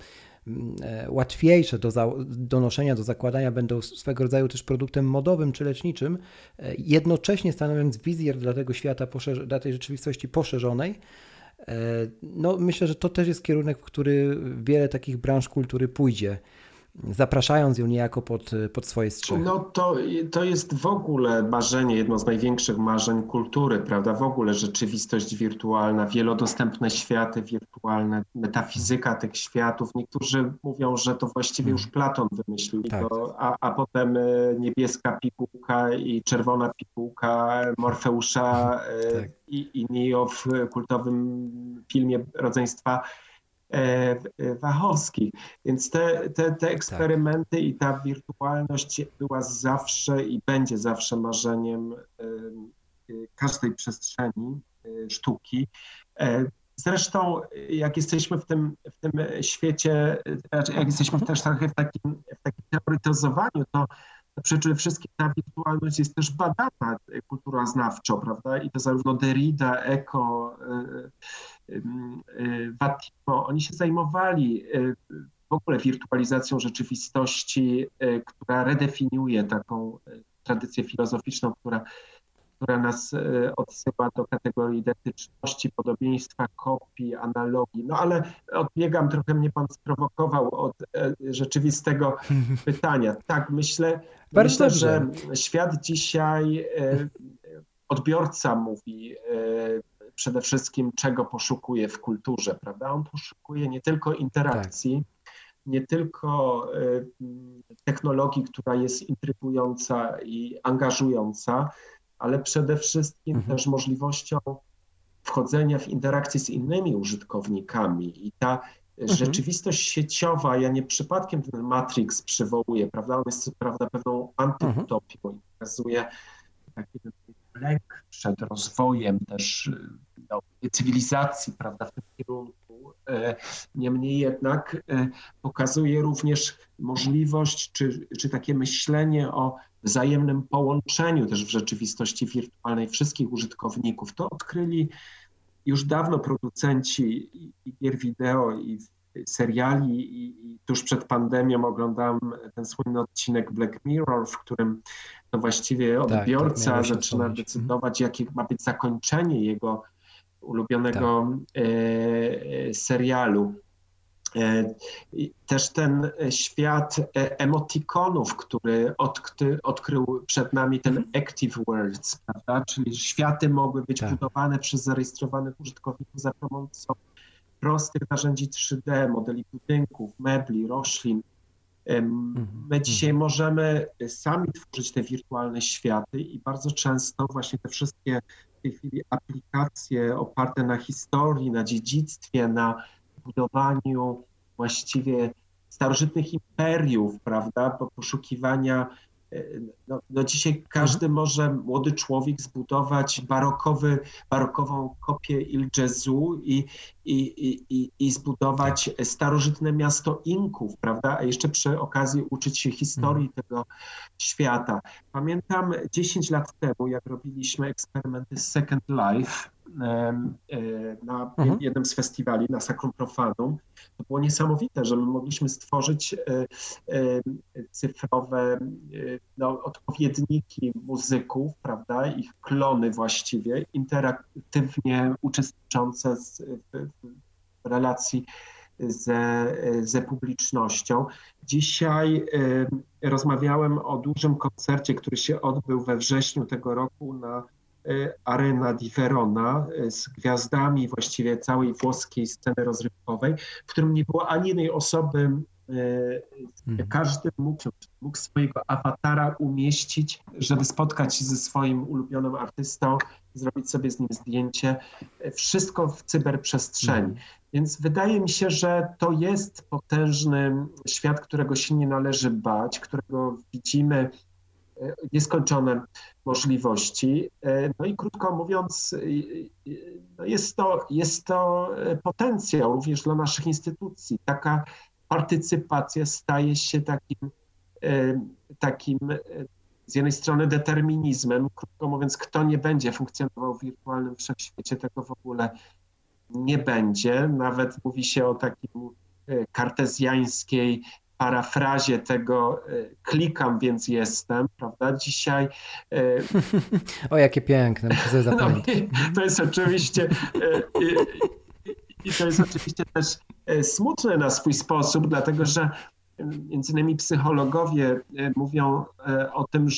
łatwiejsze do noszenia, do zakładania, będą swego rodzaju też produktem modowym czy leczniczym, jednocześnie stanowiąc wizjer dla tego świata, dla tej rzeczywistości poszerzonej. No, myślę, że to też jest kierunek, w który wiele takich branż kultury pójdzie, zapraszając ją niejako pod swoje strzechy. No to jest w ogóle marzenie, jedno z największych marzeń kultury, prawda? W ogóle rzeczywistość wirtualna, wielodostępne światy wirtualne, metafizyka tych światów. Niektórzy mówią, że to właściwie już Platon wymyślił, Tak. a potem niebieska pigułka i czerwona pigułka Morfeusza Tak. i Neo w kultowym filmie Rodzeństwa Wachowskich. Więc te eksperymenty i ta wirtualność była zawsze i będzie zawsze marzeniem każdej przestrzeni sztuki. Zresztą jak jesteśmy w tym świecie, jak jesteśmy też trochę w takim teoretyzowaniu, to przede wszystkim ta wirtualność jest też badana kulturoznawczo, prawda? I to zarówno Derrida, Eco, Wattimo, oni się zajmowali w ogóle wirtualizacją rzeczywistości, która redefiniuje taką tradycję filozoficzną, która nas odsyła do kategorii identyczności, podobieństwa, kopii, analogii. No ale odbiegam, trochę mnie pan sprowokował od rzeczywistego pytania. Tak, myślę, że świat dzisiaj, odbiorca mówi przede wszystkim, czego poszukuje w kulturze, prawda? On poszukuje nie tylko interakcji, nie tylko technologii, która jest intrygująca i angażująca, ale przede wszystkim też możliwością wchodzenia w interakcję z innymi użytkownikami. I ta rzeczywistość sieciowa, ja nie przypadkiem ten Matrix przywołuję, prawda? On jest co prawda pewną antyutopią i pokazuje taki lęk przed rozwojem też cywilizacji, prawda, w tym kierunku. Niemniej jednak pokazuje również możliwość, czy takie myślenie o wzajemnym połączeniu też w rzeczywistości wirtualnej wszystkich użytkowników. To odkryli już dawno producenci i gier wideo, i seriali, i tuż przed pandemią oglądałem ten słynny odcinek Black Mirror, w którym to właściwie odbiorca zaczyna decydować, jakie ma być zakończenie jego ulubionego serialu. Też ten świat emotikonów, który odkrył przed nami ten Active Worlds, prawda? Czyli światy mogły być budowane przez zarejestrowanych użytkowników za pomocą prostych narzędzi 3D, modeli budynków, mebli, roślin. My dzisiaj możemy sami tworzyć te wirtualne światy i bardzo często właśnie te wszystkie w tej chwili aplikacje oparte na historii, na dziedzictwie, na budowaniu właściwie starożytnych imperiów, prawda, poszukiwania. No dzisiaj każdy może, młody człowiek, zbudować barokową kopię Il Gesù i zbudować starożytne miasto Inków, prawda, a jeszcze przy okazji uczyć się historii tego świata. Pamiętam 10 lat temu, jak robiliśmy eksperymenty z Second Life na jednym z festiwali, na Sacrum Profanum. To było niesamowite, że my mogliśmy stworzyć cyfrowe odpowiedniki muzyków, prawda, ich klony właściwie, interaktywnie uczestniczące w relacji ze publicznością. Dzisiaj rozmawiałem o dużym koncercie, który się odbył we wrześniu tego roku na Arena di Verona z gwiazdami właściwie całej włoskiej sceny rozrywkowej, w którym nie było ani jednej osoby. Każdy mógł swojego awatara umieścić, żeby spotkać się ze swoim ulubionym artystą, zrobić sobie z nim zdjęcie. Wszystko w cyberprzestrzeni. Więc wydaje mi się, że to jest potężny świat, którego się nie należy bać, którego widzimy nieskończone możliwości. No i krótko mówiąc, jest to potencjał również dla naszych instytucji. Taka partycypacja staje się takim z jednej strony determinizmem. Krótko mówiąc, kto nie będzie funkcjonował w wirtualnym wszechświecie, tego w ogóle nie będzie. Nawet mówi się o takim kartezjańskiej parafrazie tego klikam, więc jestem, prawda? Dzisiaj O, jakie piękne, muszę sobie no, zapamiętać. to jest oczywiście i to jest oczywiście też smutne na swój sposób, dlatego że między innymi psychologowie mówią o tym,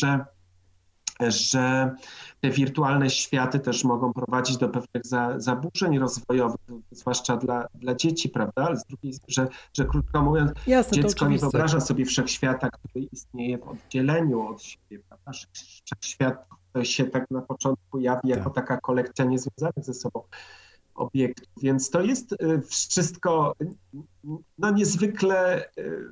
że te wirtualne światy też mogą prowadzić do pewnych zaburzeń rozwojowych, zwłaszcza dla dzieci, prawda? Ale z drugiej strony, że krótko mówiąc, Jasne, to dziecko nie oczywiste. wyobraża sobie wszechświata, który istnieje w oddzieleniu od siebie, prawda? Wszechświat się tak na początku jawi jako taka kolekcja niezwiązanych ze sobą obiektów, więc to jest wszystko no niezwykle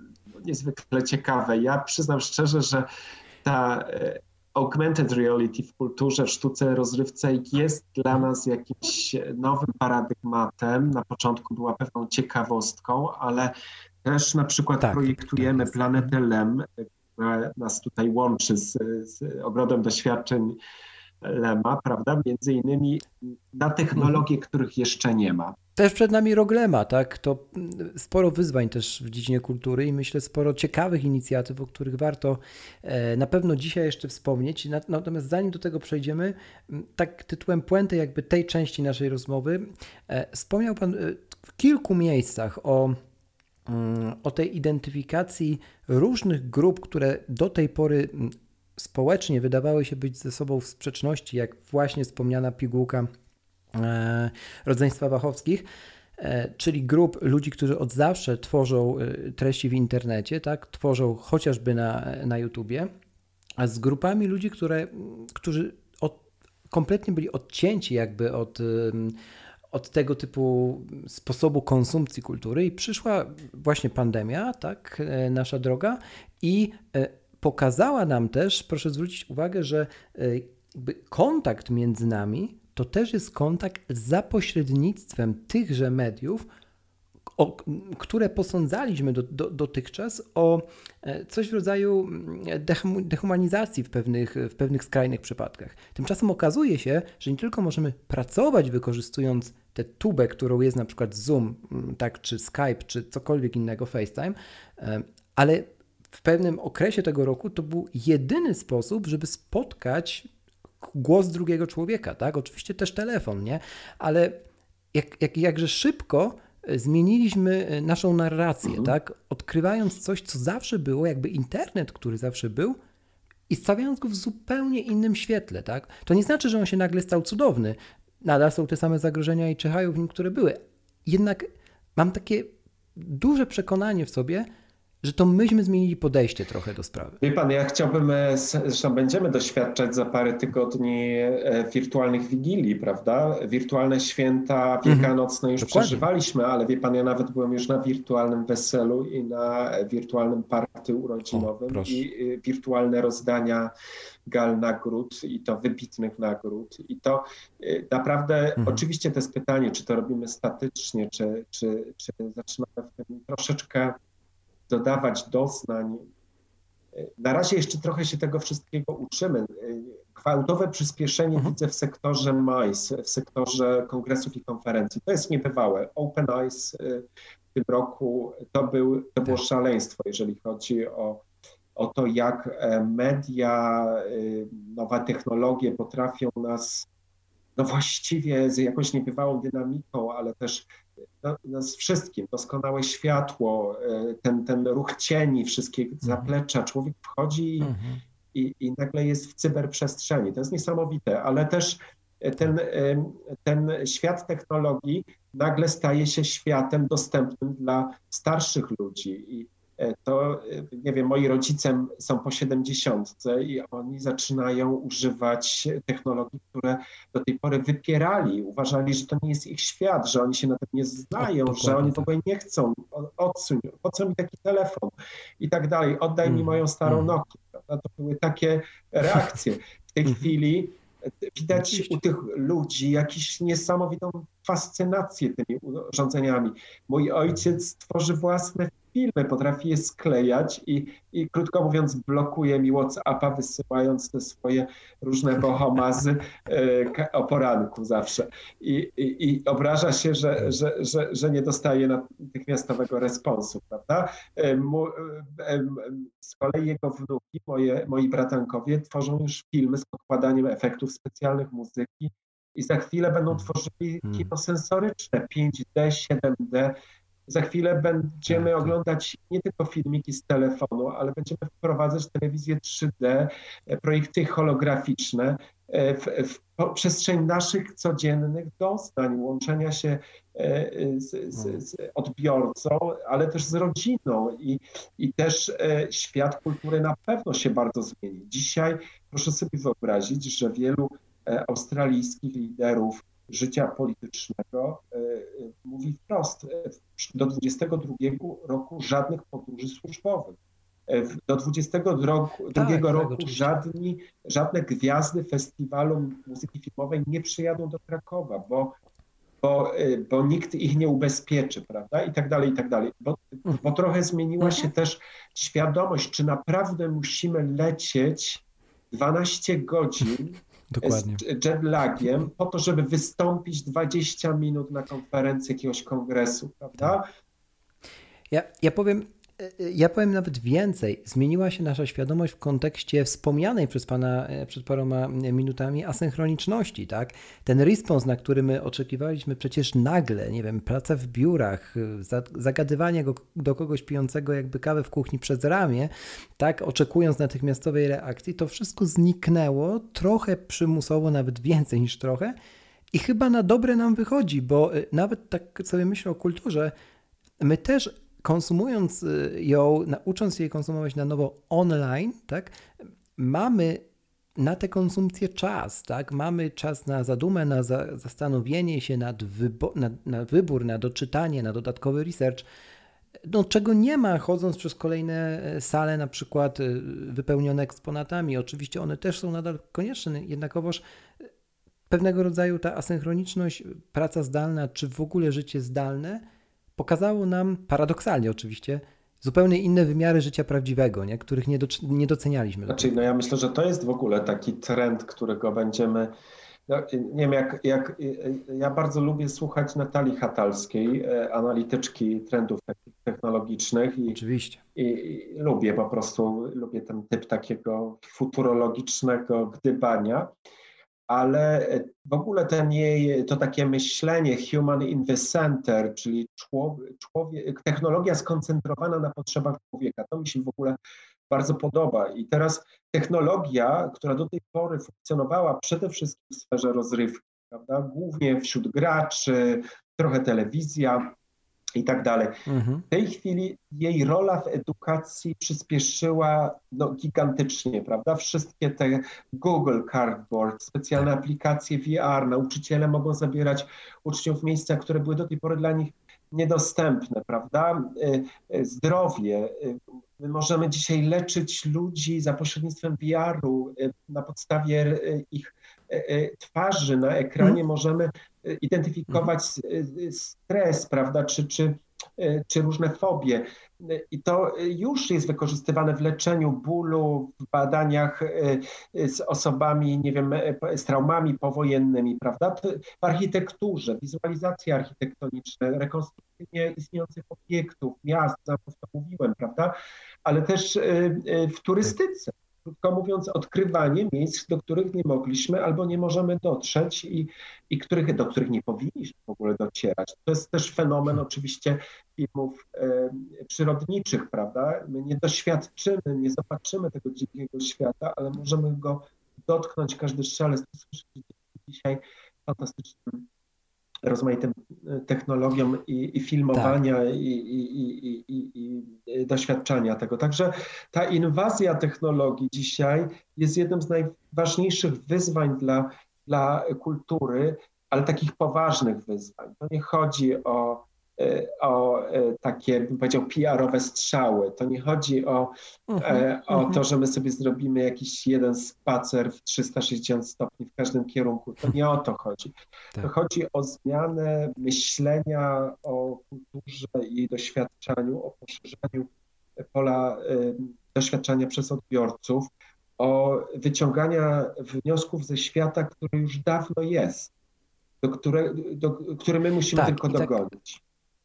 ciekawe. Ja przyznam szczerze, że ta augmented reality w kulturze, w sztuce, rozrywce jest dla nas jakimś nowym paradygmatem. Na początku była pewną ciekawostką, ale też na przykład projektujemy Planetę Lem, która nas tutaj łączy z ogrodem doświadczeń Lema, prawda? Między innymi na technologie, których jeszcze nie ma. Też przed nami rok Lema, tak? To sporo wyzwań też w dziedzinie kultury i myślę sporo ciekawych inicjatyw, o których warto na pewno dzisiaj jeszcze wspomnieć. Natomiast zanim do tego przejdziemy, tak tytułem puenty jakby tej części naszej rozmowy, wspomniał Pan w kilku miejscach o tej identyfikacji różnych grup, które do tej pory społecznie wydawały się być ze sobą w sprzeczności, jak właśnie wspomniana pigułka rodzeństwa Wachowskich, czyli grup ludzi, którzy od zawsze tworzą treści w internecie, tak, tworzą chociażby na YouTubie, a z grupami ludzi, którzy kompletnie byli odcięci jakby od tego typu sposobu konsumpcji kultury i przyszła właśnie pandemia, tak, nasza droga i pokazała nam też, proszę zwrócić uwagę, że jakby kontakt między nami to też jest kontakt za pośrednictwem tychże mediów, które posądzaliśmy dotychczas o coś w rodzaju dehumanizacji w pewnych skrajnych przypadkach. Tymczasem okazuje się, że nie tylko możemy pracować wykorzystując tę tubę, którą jest na przykład Zoom, tak, czy Skype, czy cokolwiek innego, FaceTime, ale w pewnym okresie tego roku to był jedyny sposób, żeby spotkać głos drugiego człowieka, tak? Oczywiście też telefon, nie? Ale jakże szybko zmieniliśmy naszą narrację, tak? Odkrywając coś, co zawsze było, jakby internet, który zawsze był i stawiając go w zupełnie innym świetle, tak? To nie znaczy, że on się nagle stał cudowny. Nadal są te same zagrożenia i czyhają w nim, które były. Jednak mam takie duże przekonanie w sobie, że to myśmy zmienili podejście trochę do sprawy. Wie pan, ja chciałbym, zresztą będziemy doświadczać za parę tygodni wirtualnych wigilii, prawda? Wirtualne święta wielkanocne już przeżywaliśmy, ale wie pan, ja nawet byłem już na wirtualnym weselu i na wirtualnym party urodzinowym i wirtualne rozdania gal nagród i to wybitnych nagród. I to naprawdę, oczywiście to jest pytanie, czy to robimy statycznie, czy zaczynamy w tym troszeczkę dodawać doznań. Na razie jeszcze trochę się tego wszystkiego uczymy. Gwałtowe przyspieszenie widzę w sektorze MICE, w sektorze kongresów i konferencji. To jest niebywałe. Open Eyes w tym roku to było szaleństwo, jeżeli chodzi o to, jak media, nowe technologie potrafią nas no właściwie z jakąś niebywałą dynamiką, ale też z wszystkim, doskonałe światło, ten ruch cieni, wszystkie zaplecza. Człowiek wchodzi i nagle jest w cyberprzestrzeni. To jest niesamowite, ale też ten świat technologii nagle staje się światem dostępnym dla starszych ludzi. I to, nie wiem, moi rodzice są po 70 i oni zaczynają używać technologii, które do tej pory wypierali. Uważali, że to nie jest ich świat, że oni się na tym nie znają, że oni w ogóle nie chcą, odsuń, po co mi taki telefon i tak dalej, oddaj mi moją starą Nokię. To były takie reakcje. W tej chwili widać u tych ludzi jakąś niesamowitą fascynację tymi urządzeniami. Mój ojciec tworzy własne filmy, potrafi je sklejać i krótko mówiąc blokuje mi WhatsAppa, wysyłając te swoje różne bohomazy o poranku zawsze. I obraża się, że nie dostaje natychmiastowego responsu, prawda? Z kolei jego wnuki, moi bratankowie, tworzą już filmy z podkładaniem efektów specjalnych, muzyki i za chwilę będą tworzyli kino sensoryczne 5D, 7D. Za chwilę będziemy oglądać nie tylko filmiki z telefonu, ale będziemy wprowadzać telewizję 3D, projekty holograficzne w przestrzeń naszych codziennych doznań, łączenia się z odbiorcą, ale też z rodziną i też świat kultury na pewno się bardzo zmieni. Dzisiaj proszę sobie wyobrazić, że wielu australijskich liderów życia politycznego mówi wprost, do 22 roku żadnych podróży służbowych. Do 22 roku żadne gwiazdy festiwalu muzyki filmowej nie przyjadą do Krakowa, bo nikt ich nie ubezpieczy, prawda? I tak dalej, i tak dalej. Bo trochę zmieniła się też świadomość, czy naprawdę musimy lecieć 12 godzin Dokładnie. z jetlagiem po to, żeby wystąpić 20 minut na konferencji jakiegoś kongresu, prawda? Ja powiem nawet więcej. Zmieniła się nasza świadomość w kontekście wspomnianej przez Pana przed paroma minutami asynchroniczności, tak? Ten respons, na który my oczekiwaliśmy przecież nagle, nie wiem, praca w biurach, zagadywanie do kogoś pijącego jakby kawę w kuchni przez ramię, tak, oczekując natychmiastowej reakcji, to wszystko zniknęło trochę przymusowo, nawet więcej niż trochę i chyba na dobre nam wychodzi, bo nawet tak sobie myślę o kulturze, my też konsumując ją, ucząc jej konsumować na nowo online, tak, mamy na tę konsumpcję czas, tak? Mamy czas na zadumę, na zastanowienie się na wybór, na doczytanie, na dodatkowy research, no, czego nie ma chodząc przez kolejne sale, na przykład wypełnione eksponatami. Oczywiście one też są nadal konieczne, jednakowoż pewnego rodzaju ta asynchroniczność, praca zdalna, czy w ogóle życie zdalne pokazało nam, paradoksalnie oczywiście, zupełnie inne wymiary życia prawdziwego, nie? Których nie docenialiśmy. Znaczy, ja myślę, że to jest w ogóle taki trend, którego będziemy... nie wiem, ja bardzo lubię słuchać Natalii Hatalskiej, analityczki trendów technologicznych Oczywiście. I lubię po prostu, ten typ takiego futurologicznego gdybania. Ale w ogóle to takie myślenie human in the center, czyli technologia skoncentrowana na potrzebach człowieka, to mi się w ogóle bardzo podoba. I teraz technologia, która do tej pory funkcjonowała przede wszystkim w sferze rozrywki, prawda? Głównie wśród graczy, trochę telewizja i tak dalej. W tej chwili jej rola w edukacji przyspieszyła gigantycznie, prawda? Wszystkie te Google Cardboard, specjalne aplikacje VR, nauczyciele mogą zabierać uczniów w miejsca, które były do tej pory dla nich niedostępne, prawda? Zdrowie. My możemy dzisiaj leczyć ludzi za pośrednictwem VR-u, na podstawie ich twarzy na ekranie możemy identyfikować stres, prawda, czy różne fobie. I to już jest wykorzystywane w leczeniu bólu, w badaniach z osobami, nie wiem, z traumami powojennymi, prawda? W architekturze, wizualizacje architektoniczne, rekonstrukcje istniejących obiektów, miast, zamków, to mówiłem, prawda? Ale też w turystyce. Krótko mówiąc, odkrywanie miejsc, do których nie mogliśmy albo nie możemy dotrzeć i do których nie powinniśmy w ogóle docierać. To jest też fenomen oczywiście filmów przyrodniczych, prawda? My nie doświadczymy, nie zobaczymy tego dzikiego świata, ale możemy go dotknąć, każdy szelest usłyszeć dzisiaj fantastycznym, rozmaitym technologiom i filmowania tak. i doświadczania tego. Także ta inwazja technologii dzisiaj jest jednym z najważniejszych wyzwań dla kultury, ale takich poważnych wyzwań. To nie chodzi o takie, bym powiedział, PR-owe strzały. To nie chodzi o to, że my sobie zrobimy jakiś jeden spacer w 360 stopni w każdym kierunku. To nie o to chodzi. Tak. To chodzi o zmianę myślenia o kulturze i jej doświadczaniu, o poszerzaniu pola doświadczenia przez odbiorców, o wyciągania wniosków ze świata, który już dawno jest, który my musimy tylko dogonić.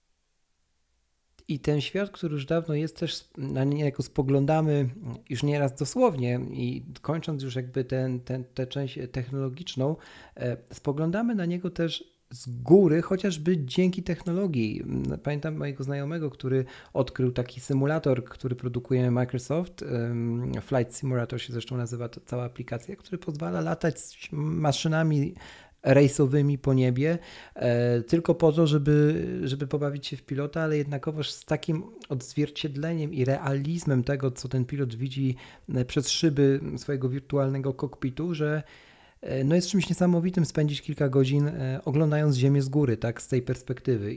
I ten świat, który już dawno jest, też na niego spoglądamy już nieraz dosłownie i kończąc już jakby tę część technologiczną, spoglądamy na niego też z góry, chociażby dzięki technologii. Pamiętam mojego znajomego, który odkrył taki symulator, który produkuje Microsoft. Flight Simulator się zresztą nazywa ta cała aplikacja, który pozwala latać z maszynami rejsowymi po niebie, tylko po to, żeby pobawić się w pilota, ale jednakowoż z takim odzwierciedleniem i realizmem tego, co ten pilot widzi przez szyby swojego wirtualnego kokpitu, że no jest czymś niesamowitym spędzić kilka godzin oglądając Ziemię z góry, tak, z tej perspektywy.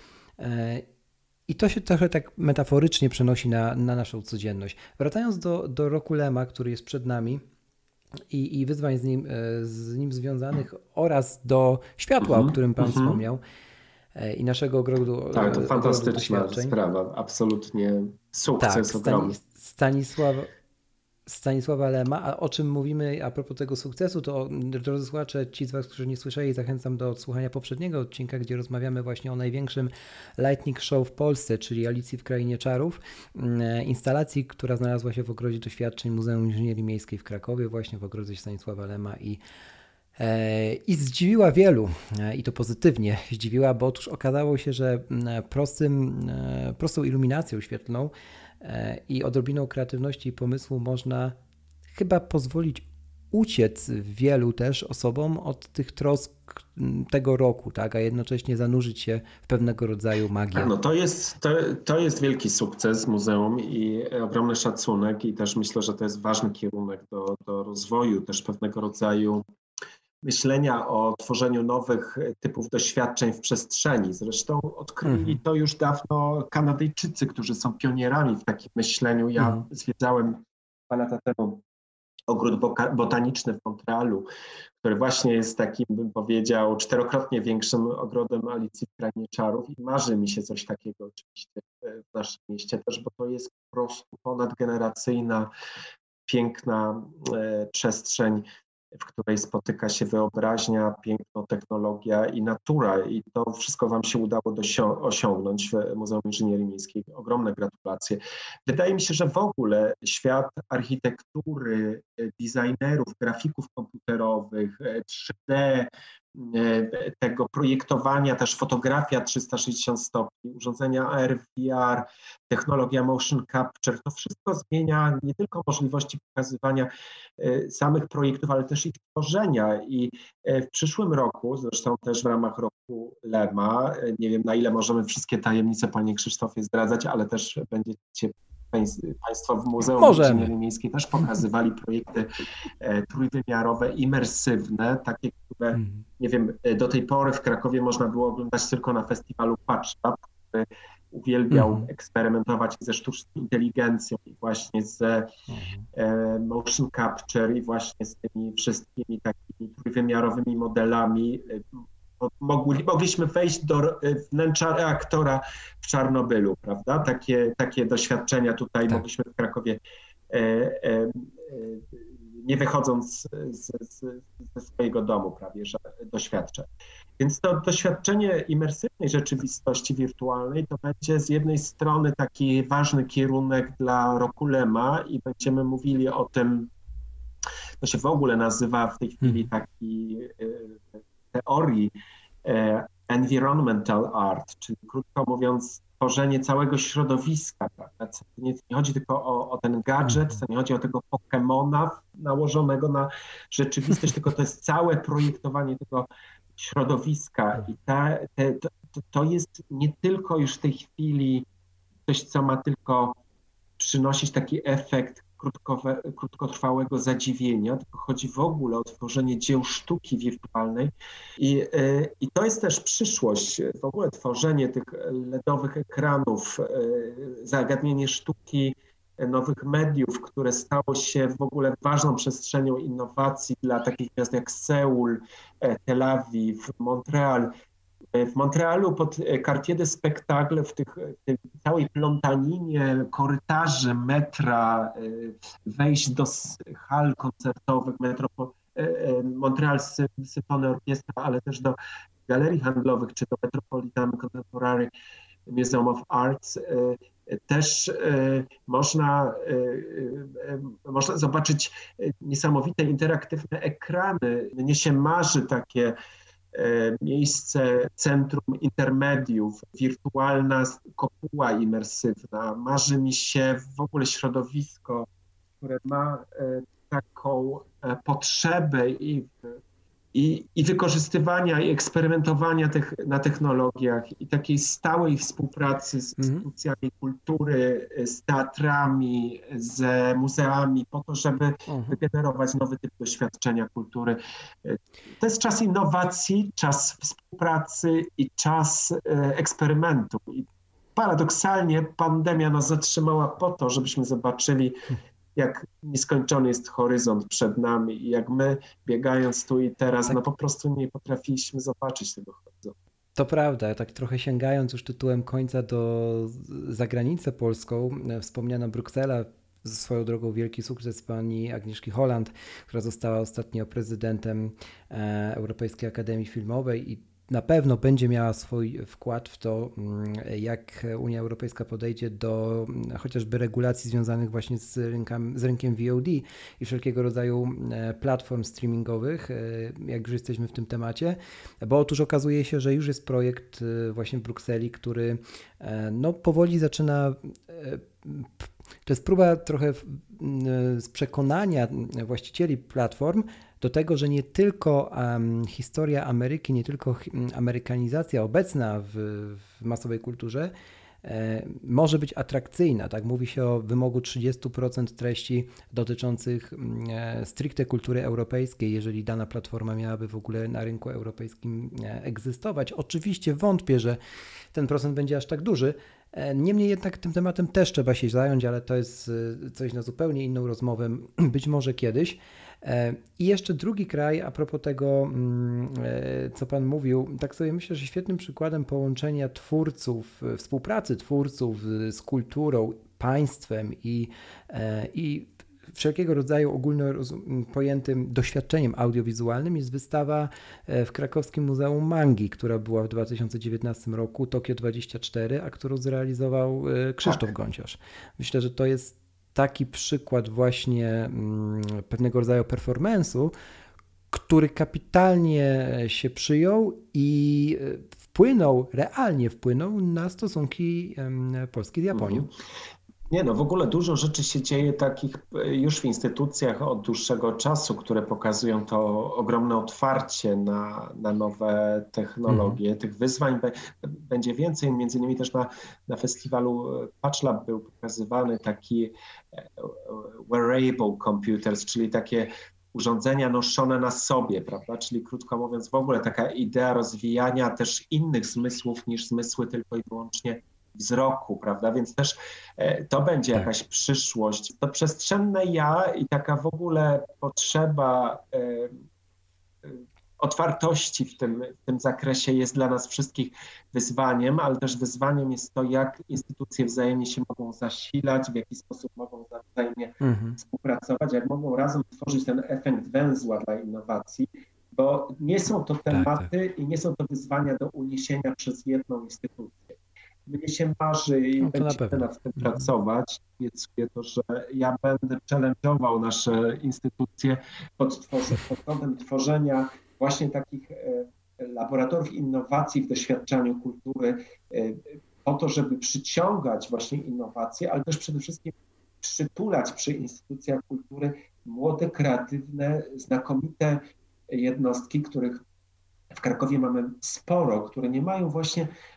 I to się trochę tak metaforycznie przenosi na naszą codzienność. Wracając do roku Lema, który jest przed nami, i wyzwań z nim związanych oraz do światła, o którym Pan wspomniał i naszego ogrodu. Tak, to fantastyczna sprawa, absolutnie sukces ogromny. Stanisława Lema, a o czym mówimy a propos tego sukcesu, to drodzy słuchacze, ci z Was, którzy nie słyszeli, zachęcam do odsłuchania poprzedniego odcinka, gdzie rozmawiamy właśnie o największym Lightning Show w Polsce, czyli Alicji w Krainie Czarów, instalacji, która znalazła się w Ogrodzie Doświadczeń Muzeum Inżynierii Miejskiej w Krakowie, właśnie w ogrodzie Stanisława Lema i zdziwiła wielu, i to pozytywnie zdziwiła, bo otóż okazało się, że prostą iluminacją świetlną i odrobiną kreatywności i pomysłu można chyba pozwolić uciec wielu też osobom od tych trosk tego roku, tak, a jednocześnie zanurzyć się w pewnego rodzaju magię. Tak, no to jest wielki sukces muzeum i ogromny szacunek i też myślę, że to jest ważny kierunek do rozwoju też pewnego rodzaju myślenia o tworzeniu nowych typów doświadczeń w przestrzeni. Zresztą odkryli to już dawno Kanadyjczycy, którzy są pionierami w takim myśleniu. Ja zwiedzałem 2 lata temu ogród botaniczny w Montrealu, który właśnie jest takim, bym powiedział, 4-krotnie większym ogrodem Alicji w Krainie Czarów i marzy mi się coś takiego oczywiście w naszym mieście też, bo to jest po prostu ponadgeneracyjna, piękna przestrzeń, w której spotyka się wyobraźnia, piękno, technologia i natura. I to wszystko Wam się udało osiągnąć w Muzeum Inżynierii Miejskiej. Ogromne gratulacje. Wydaje mi się, że w ogóle świat architektury, designerów, grafików komputerowych, 3D, tego projektowania, też fotografia 360 stopni, urządzenia AR, VR, technologia motion capture, to wszystko zmienia nie tylko możliwości pokazywania samych projektów, ale też ich tworzenia i w przyszłym roku, zresztą też w ramach roku Lema, nie wiem na ile możemy wszystkie tajemnice, Panie Krzysztofie, zdradzać, ale też będziecie Państwo w Muzeum Inżynierii Miejskiej też pokazywali projekty trójwymiarowe, imersywne, takie, które, nie wiem, do tej pory w Krakowie można było oglądać tylko na festiwalu Patchtab, który uwielbiał eksperymentować ze sztuczną inteligencją i właśnie z motion capture i właśnie z tymi wszystkimi takimi trójwymiarowymi modelami. Mogliśmy wejść do wnętrza reaktora w Czarnobylu, prawda? Takie doświadczenia tutaj mogliśmy w Krakowie, nie wychodząc ze swojego domu prawie, że doświadczać. Więc to doświadczenie imersywnej rzeczywistości wirtualnej to będzie z jednej strony taki ważny kierunek dla roku Lema i będziemy mówili o tym, to się w ogóle nazywa w tej chwili taki teorii environmental art, czyli krótko mówiąc tworzenie całego środowiska. Prawda? Nie chodzi tylko o ten gadżet, to nie chodzi o tego Pokemona nałożonego na rzeczywistość, tylko to jest całe projektowanie tego środowiska i to jest nie tylko już w tej chwili coś, co ma tylko przynosić taki efekt krótkotrwałego zadziwienia, tylko chodzi w ogóle o tworzenie dzieł sztuki wirtualnej. I to jest też przyszłość, w ogóle tworzenie tych LEDowych ekranów, zagadnienie sztuki, nowych mediów, które stało się w ogóle ważną przestrzenią innowacji dla takich miast jak Seul, Tel Awiw, Montreal. W Montrealu pod Quartier de Spectacle, w tej całej plątaninie korytarzy metra, wejść do hal koncertowych, Montreal Symphony Orchestra, ale też do galerii handlowych, czy do Metropolitan Contemporary Museum of Arts, też można zobaczyć niesamowite interaktywne ekrany. Mnie się marzy takie miejsce, centrum intermediów, wirtualna kopuła imersywna. Marzy mi się w ogóle środowisko, które ma taką potrzebę i wykorzystywania, i eksperymentowania na technologiach, i takiej stałej współpracy z instytucjami kultury, z teatrami, z muzeami, po to, żeby wygenerować nowy typ doświadczenia kultury. To jest czas innowacji, czas współpracy i czas eksperymentu. I paradoksalnie pandemia nas zatrzymała po to, żebyśmy zobaczyli, jak nieskończony jest horyzont przed nami i jak my, biegając tu i teraz, no po prostu nie potrafiliśmy zobaczyć tego horyzontu. To prawda, tak trochę sięgając już tytułem końca za granicę polską, wspomniana Bruksela, swoją drogą wielki sukces pani Agnieszki Holland, która została ostatnio prezydentem Europejskiej Akademii Filmowej i na pewno będzie miała swój wkład w to, jak Unia Europejska podejdzie do chociażby regulacji związanych właśnie z rynkiem VOD i wszelkiego rodzaju platform streamingowych, jak już jesteśmy w tym temacie, bo otóż okazuje się, że już jest projekt właśnie w Brukseli, który no, powoli zaczyna. To jest próba trochę z przekonania właścicieli platform do tego, że nie tylko historia Ameryki, nie tylko amerykanizacja obecna w masowej kulturze może być atrakcyjna. Tak? Mówi się o wymogu 30% treści dotyczących stricte kultury europejskiej, jeżeli dana platforma miałaby w ogóle na rynku europejskim egzystować. Oczywiście wątpię, że ten procent będzie aż tak duży. Niemniej jednak tym tematem też trzeba się zająć, ale to jest coś na zupełnie inną rozmowę, być może kiedyś. I jeszcze drugi kraj, a propos tego, co Pan mówił, tak sobie myślę, że świetnym przykładem połączenia twórców, współpracy twórców z kulturą, państwem i wszelkiego rodzaju ogólno pojętym doświadczeniem audiowizualnym jest wystawa w krakowskim Muzeum Mangi, która była w 2019 roku, Tokio 24, a którą zrealizował Krzysztof Gonciarz. Myślę, że to jest taki przykład właśnie pewnego rodzaju performance'u, który kapitalnie się przyjął i realnie wpłynął na stosunki Polski z Japonią. Nie no, w ogóle dużo rzeczy się dzieje takich już w instytucjach od dłuższego czasu, które pokazują to ogromne otwarcie na nowe technologie. Tych wyzwań będzie więcej, między innymi też na festiwalu PatchLab był pokazywany taki wearable computers, czyli takie urządzenia noszone na sobie, prawda? Czyli krótko mówiąc w ogóle taka idea rozwijania też innych zmysłów niż zmysły tylko i wyłącznie wzroku, prawda? Więc też to będzie jakaś przyszłość. To przestrzenne ja i taka w ogóle potrzeba otwartości w tym zakresie jest dla nas wszystkich wyzwaniem, ale też wyzwaniem jest to, jak instytucje wzajemnie się mogą zasilać, w jaki sposób mogą wzajemnie współpracować, jak mogą razem tworzyć ten efekt węzła dla innowacji, bo nie są to tematy i nie są to wyzwania do uniesienia przez jedną instytucję. Mnie się marzy i będziemy nad tym pracować. Obiecuję to, że ja będę challenge'ował nasze instytucje pod kątem tworzenia właśnie takich laboratoriów innowacji w doświadczaniu kultury po to, żeby przyciągać właśnie innowacje, ale też przede wszystkim przytulać przy instytucjach kultury młode, kreatywne, znakomite jednostki, których w Krakowie mamy sporo, które nie mają właśnie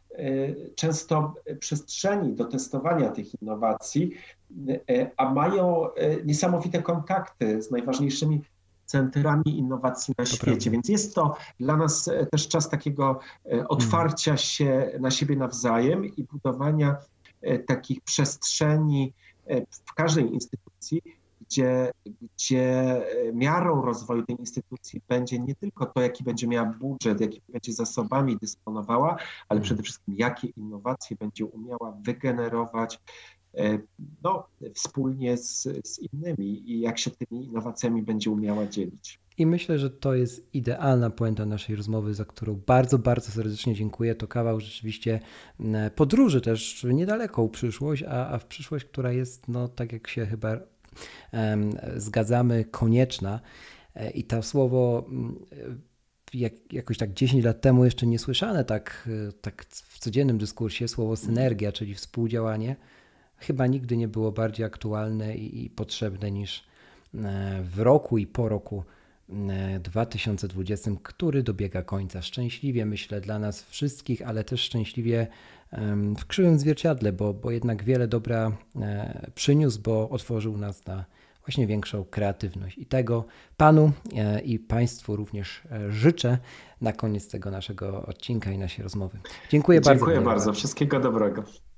często przestrzeni do testowania tych innowacji, a mają niesamowite kontakty z najważniejszymi centrami innowacji na To świecie. prawda. Więc jest to dla nas też czas takiego otwarcia się na siebie nawzajem i budowania takich przestrzeni w każdej instytucji, gdzie miarą rozwoju tej instytucji będzie nie tylko to, jaki będzie miała budżet, jakimi będzie zasobami dysponowała, ale przede wszystkim jakie innowacje będzie umiała wygenerować no, wspólnie z innymi i jak się tymi innowacjami będzie umiała dzielić. I myślę, że to jest idealna puenta naszej rozmowy, za którą bardzo, bardzo serdecznie dziękuję. To kawał rzeczywiście podróży też w niedaleką przyszłość, a w przyszłość, która jest, no tak jak się chyba zgadzamy, konieczna. I to słowo jakoś tak 10 lat temu jeszcze niesłyszane tak w codziennym dyskursie, słowo synergia, czyli współdziałanie, chyba nigdy nie było bardziej aktualne i potrzebne niż w roku i po roku 2020, który dobiega końca. Szczęśliwie, myślę, dla nas wszystkich, ale też szczęśliwie w krzywym zwierciadle, bo jednak wiele dobra przyniósł, bo otworzył nas na właśnie większą kreatywność. I tego Panu i Państwu również życzę na koniec tego naszego odcinka i naszej rozmowy. Dziękuję bardzo. Dziękuję bardzo. Wszystkiego dobrego.